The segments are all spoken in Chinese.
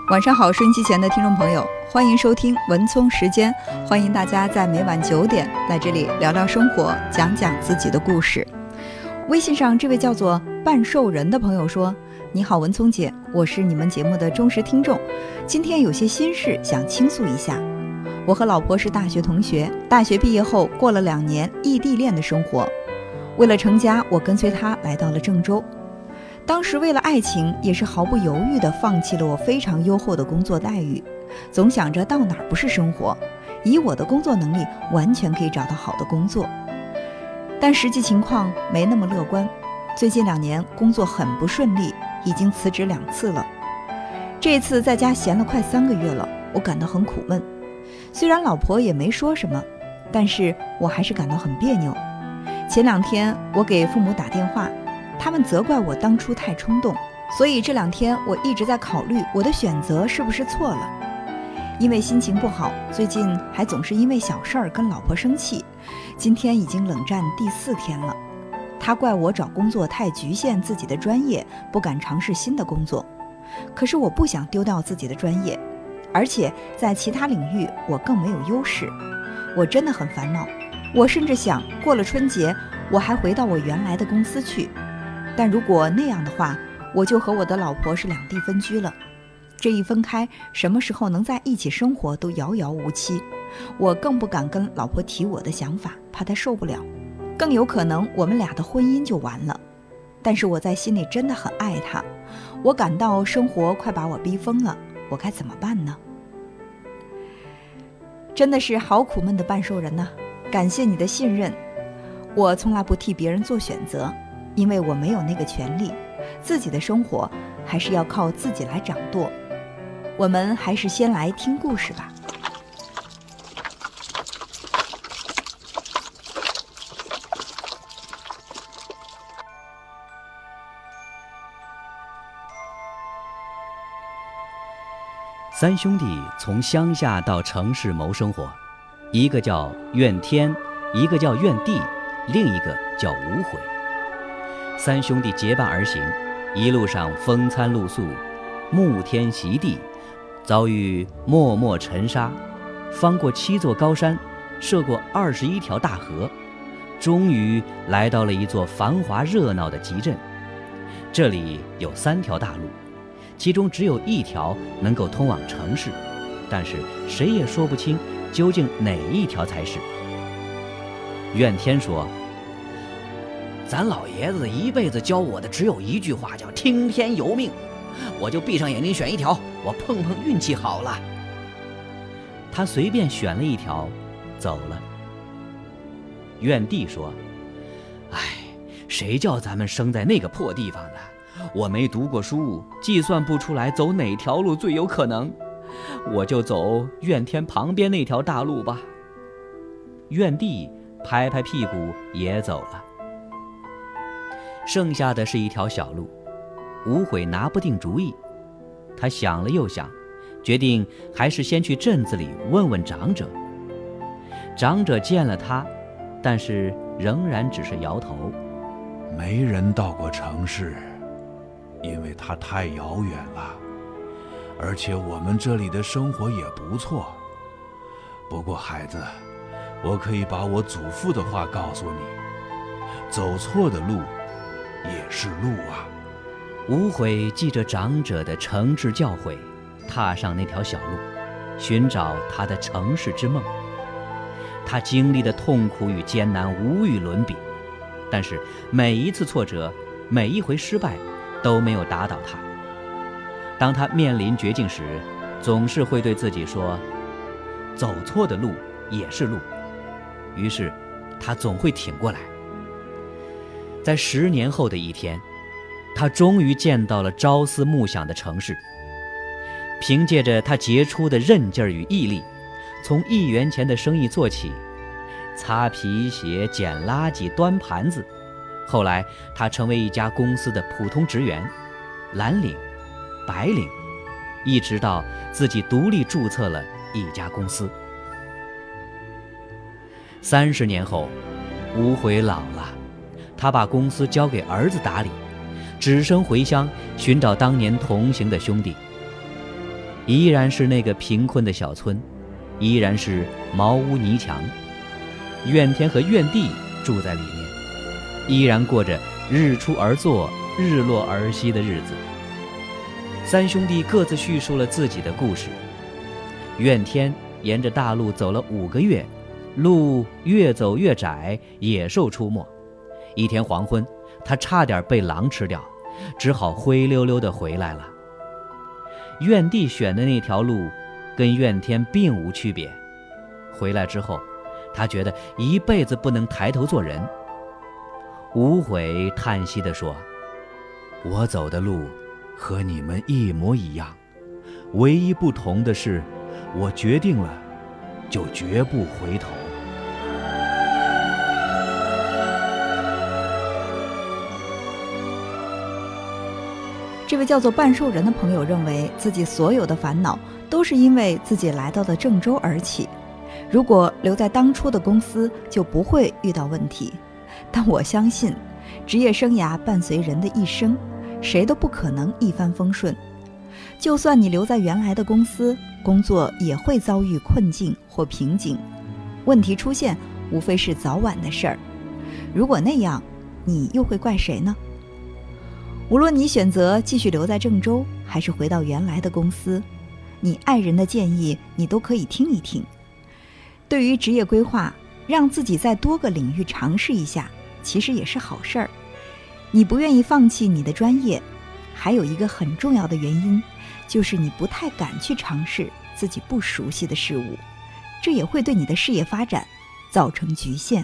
晚上好，收音机前的听众朋友，欢迎收听文聪时间，欢迎大家在每晚9点来这里聊聊生活，讲讲自己的故事。微信上这位叫做半兽人的朋友说，你好文聪姐，我是你们节目的忠实听众，今天有些心事想倾诉一下。我和老婆是大学同学，大学毕业后过了2年异地恋的生活，为了成家，我跟随他来到了郑州。当时为了爱情，也是毫不犹豫地放弃了我非常优厚的工作待遇，总想着到哪儿不是生活，以我的工作能力完全可以找到好的工作。但实际情况没那么乐观，最近2年工作很不顺利，已经辞职2次了。这一次在家闲了快3个月了，我感到很苦闷。虽然老婆也没说什么，但是我还是感到很别扭。前2天我给父母打电话，他们责怪我当初太冲动，所以这2天我一直在考虑我的选择是不是错了。因为心情不好，最近还总是因为小事儿跟老婆生气，今天已经冷战第4天了。他怪我找工作太局限自己的专业，不敢尝试新的工作。可是我不想丢掉自己的专业，而且在其他领域我更没有优势，我真的很烦恼。我甚至想过了春节我还回到我原来的公司去，但如果那样的话，我就和我的老婆是2地分居了。这一分开，什么时候能在一起生活都遥遥无期。我更不敢跟老婆提我的想法，怕她受不了，更有可能我们俩的婚姻就完了。但是我在心里真的很爱她，我感到生活快把我逼疯了，我该怎么办呢？真的是好苦闷的半兽人呢，感谢你的信任。我从来不替别人做选择，因为我没有那个权利，自己的生活还是要靠自己来掌舵。我们还是先来听故事吧。 3兄弟从乡下到城市谋生活，一个叫怨天，一个叫怨地，另一个叫无悔。3兄弟结伴而行，一路上风餐露宿，沐天席地，遭遇漠漠尘沙，翻过7座高山，涉过21条大河，终于来到了一座繁华热闹的集镇。这里有3条大路，其中只有1条能够通往城市，但是谁也说不清究竟哪一条才是。怨天说， 咱老爷子一辈子教我的只有一句话，叫听天由命，我就闭上眼睛选1条，我碰碰运气好了。 他随便选了1条走了。怨地说， 哎，谁叫咱们生在那个破地方的，我没读过书，计算不出来走哪条路最有可能，我就走怨天旁边那条大路吧。 怨地拍拍屁股也走了。剩下的是1条小路，无悔拿不定主意。他想了又想，决定还是先去镇子里问问长者。长者见了他，但是仍然只是摇头。 没人到过城市，因为它太遥远了，而且我们这里的生活也不错。不过孩子，我可以把我祖父的话告诉你，走错的路也是路啊。 无悔记着长者的诚挚教诲，踏上那条小路，寻找他的城市之梦。他经历的痛苦与艰难无与伦比，但是每一次挫折，每一回失败都没有打倒他。当他面临绝境时，总是会对自己说，走错的路也是路。于是他总会挺过来。在10年后的一天，他终于见到了朝思暮想的城市。凭借着他杰出的韧劲儿与毅力，从1元钱的生意做起，擦皮鞋、捡垃圾、端盘子。后来他成为一家公司的普通职员，蓝领、白领，一直到自己独立注册了一家公司。30年后，无悔老了，他把公司交给儿子打理，只身回乡寻找当年同行的兄弟。 依然是那个贫困的小村，依然是茅屋泥墙。怨天和怨地住在里面，依然过着日出而作日落而息的日子。三兄弟各自叙述了自己的故事。怨天沿着大路走了5个月，路越走越窄，野兽出没。一天黄昏，他差点被狼吃掉，只好灰溜溜地回来了。怨帝选的那条路跟怨天并无区别。回来之后，他觉得一辈子不能抬头做人。无悔叹息地说： 我走的路和你们一模一样，唯一不同的是，我决定了就绝不回头。 这位叫做半兽人的朋友认为自己所有的烦恼都是因为自己来到了郑州而起，如果留在当初的公司就不会遇到问题。但我相信，职业生涯伴随人的一生，谁都不可能一帆风顺。就算你留在原来的公司，工作也会遭遇困境或瓶颈，问题出现无非是早晚的事儿。如果那样，你又会怪谁呢？无论你选择继续留在郑州，还是回到原来的公司，你爱人的建议你都可以听一听。对于职业规划，让自己在多个领域尝试一下，其实也是好事儿。你不愿意放弃你的专业，还有一个很重要的原因，就是你不太敢去尝试自己不熟悉的事物，这也会对你的事业发展造成局限。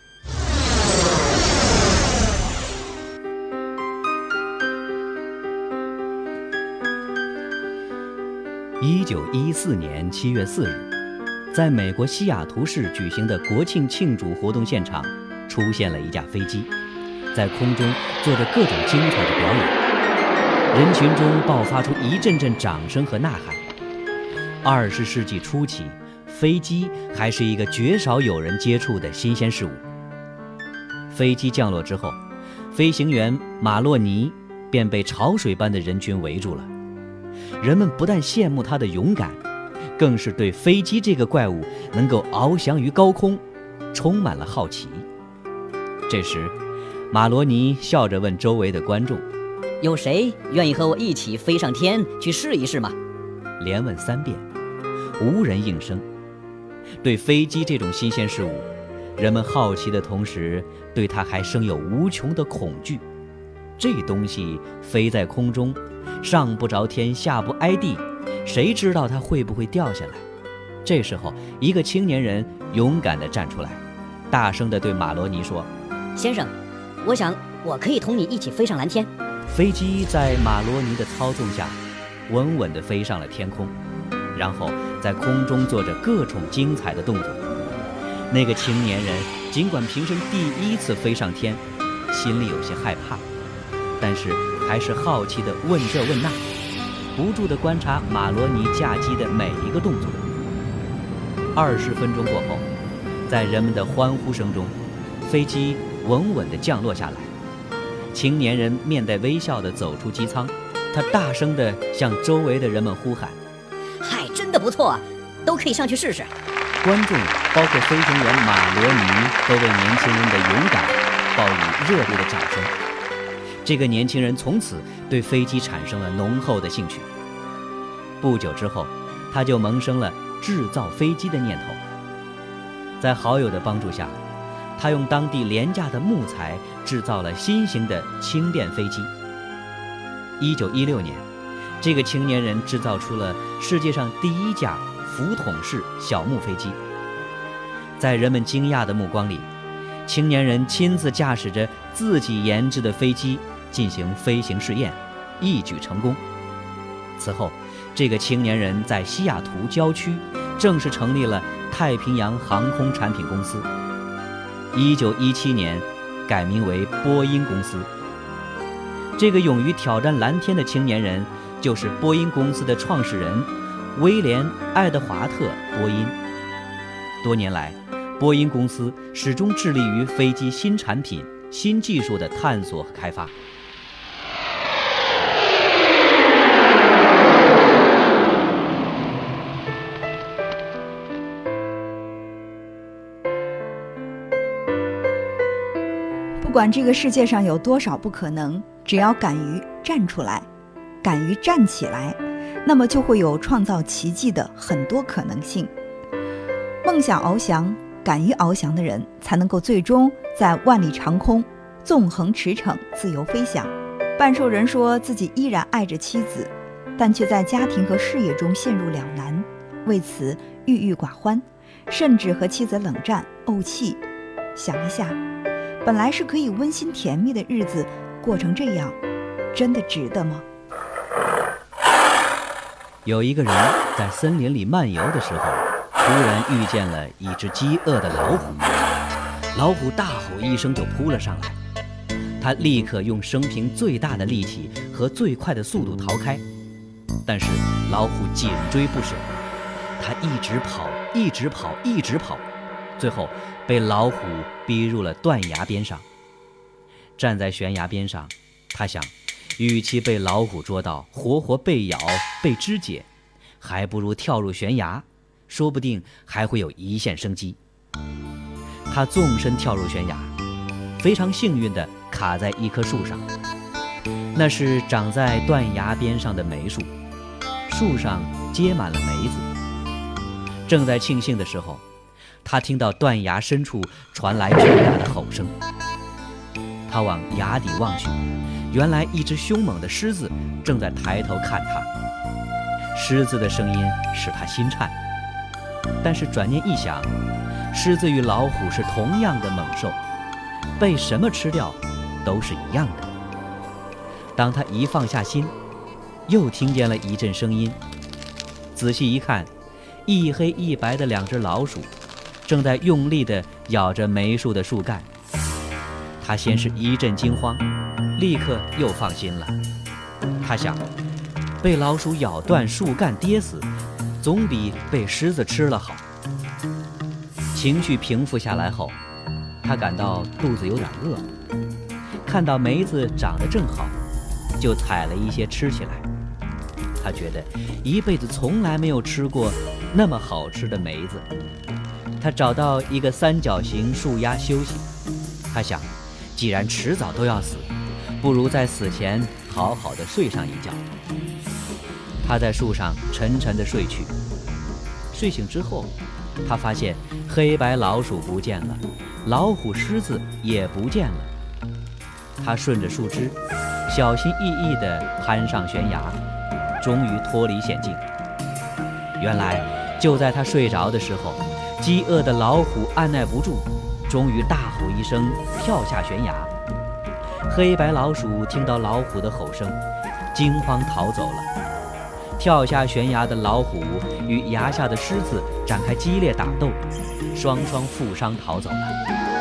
1914年7月4日，在美国西雅图市举行的国庆庆祝活动现场，出现了一架飞机，在空中做着各种精彩的表演，人群中爆发出一阵阵掌声和呐喊。20世纪初期，飞机还是一个绝少有人接触的新鲜事物。飞机降落之后，飞行员马洛尼便被潮水般的人群围住了。人们不但羡慕他的勇敢，更是对飞机这个怪物能够翱翔于高空充满了好奇。这时，马罗尼笑着问周围的观众： 有谁愿意和我一起飞上天去试一试吗？ 连问3遍，无人应声。对飞机这种新鲜事物，人们好奇的同时，对它还生有无穷的恐惧。这东西飞在空中，上不着天下不挨地，谁知道它会不会掉下来？这时候，一个青年人勇敢地站出来，大声地对马罗尼说： 先生，我想我可以同你一起飞上蓝天。 飞机在马罗尼的操纵下稳稳地飞上了天空，然后在空中做着各种精彩的动作。那个青年人尽管平生第一次飞上天，心里有些害怕，但是还是好奇地问这问那，不住地观察马罗尼驾机的每一个动作。20分钟过后，在人们的欢呼声中，飞机稳稳地降落下来。青年人面带微笑地走出机舱，他大声地向周围的人们呼喊： 嗨，真的不错啊，都可以上去试试。 观众包括飞行员马罗尼都为年轻人的勇敢报以热烈的掌声。这个年轻人从此对飞机产生了浓厚的兴趣。不久之后，他就萌生了制造飞机的念头。在好友的帮助下，他用当地廉价的木材制造了新型的轻便飞机。1916年，这个青年人制造出了世界上第一架浮筒式小木飞机。在人们惊讶的目光里，青年人亲自驾驶着自己研制的飞机进行飞行试验，一举成功。此后，这个青年人在西雅图郊区正式成立了太平洋航空产品公司。1917年改名为波音公司。这个勇于挑战蓝天的青年人，就是波音公司的创始人威廉·爱德华特·波音。多年来，波音公司始终致力于飞机新产品、新技术的探索和开发。 管这个世界上有多少不可能，只要敢于站出来，敢于站起来，那么就会有创造奇迹的很多可能性。梦想翱翔，敢于翱翔的人才能够最终在万里长空纵横驰骋，自由飞翔。半兽人说自己依然爱着妻子，但却在家庭和事业中陷入两难，为此郁郁寡欢，甚至和妻子冷战怄气。想一下，本来是可以温馨甜蜜的日子过成这样，真的值得吗？ 有一个人在森林里漫游的时候，突然遇见了一只饥饿的老虎。老虎大吼一声就扑了上来，他立刻用生平最大的力气和最快的速度逃开，但是老虎紧追不舍，他一直跑，一直跑，一直跑，最后被老虎逼入了断崖边上。站在悬崖边上，他想，与其被老虎捉到活活被咬被肢解，还不如跳入悬崖，说不定还会有一线生机。他纵身跳入悬崖，非常幸运地卡在一棵树上，那是长在断崖边上的梅树，树上结满了梅子。正在庆幸的时候，他听到断崖深处传来巨大的吼声。他往崖底望去，原来一只凶猛的狮子正在抬头看他。狮子的声音使他心颤，但是转念一想，狮子与老虎是同样的猛兽，被什么吃掉都是一样的。当他一放下心，又听见了一阵声音，仔细一看，一黑一白的两只老鼠正在用力地咬着梅树的树干。他先是一阵惊慌，立刻又放心了。他想，被老鼠咬断树干跌死，总比被狮子吃了好。情绪平复下来后，他感到肚子有点饿，看到梅子长得正好，就采了一些吃起来。他觉得一辈子从来没有吃过那么好吃的梅子。他找到一个三角形树丫休息。他想，既然迟早都要死，不如在死前好好的睡上一觉。他在树上沉沉地睡去。睡醒之后，他发现黑白老鼠不见了，老虎狮子也不见了。他顺着树枝小心翼翼地攀上悬崖，终于脱离险境。原来就在他睡着的时候，饥饿的老虎按耐不住，终于大吼一声跳下悬崖。黑白老鼠听到老虎的吼声，惊慌逃走了。跳下悬崖的老虎与崖下的狮子展开激烈打斗，双双负伤逃走了。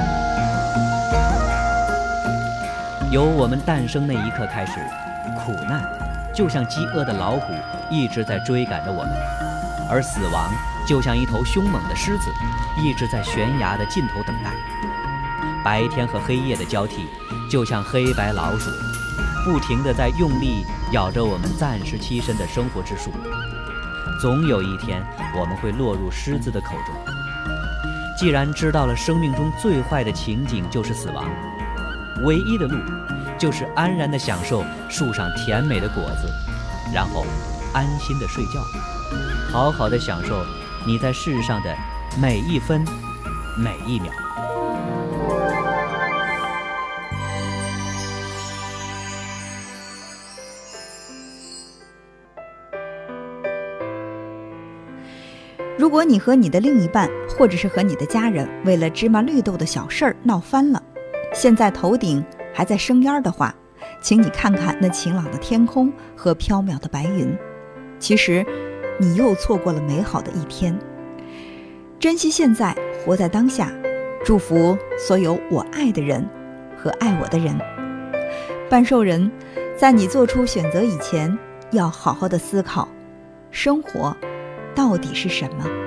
由我们诞生那一刻开始，苦难就像饥饿的老虎一直在追赶着我们，而死亡就像一头凶猛的狮子一直在悬崖的尽头等待。白天和黑夜的交替就像黑白老鼠，不停地在用力咬着我们暂时栖身的生活之树。总有一天我们会落入狮子的口中。既然知道了生命中最坏的情景就是死亡，唯一的路就是安然地享受树上甜美的果子，然后安心地睡觉，好好地享受你在世上的每一分每一秒。 如果你和你的另一半，或者是和你的家人，为了芝麻绿豆的小事儿闹翻了，现在头顶还在生烟的话，请你看看那晴朗的天空和飘渺的白云，其实你又错过了美好的一天。珍惜现在，活在当下，祝福所有我爱的人和爱我的人。半兽人，在你做出选择以前，要好好的思考，生活到底是什么？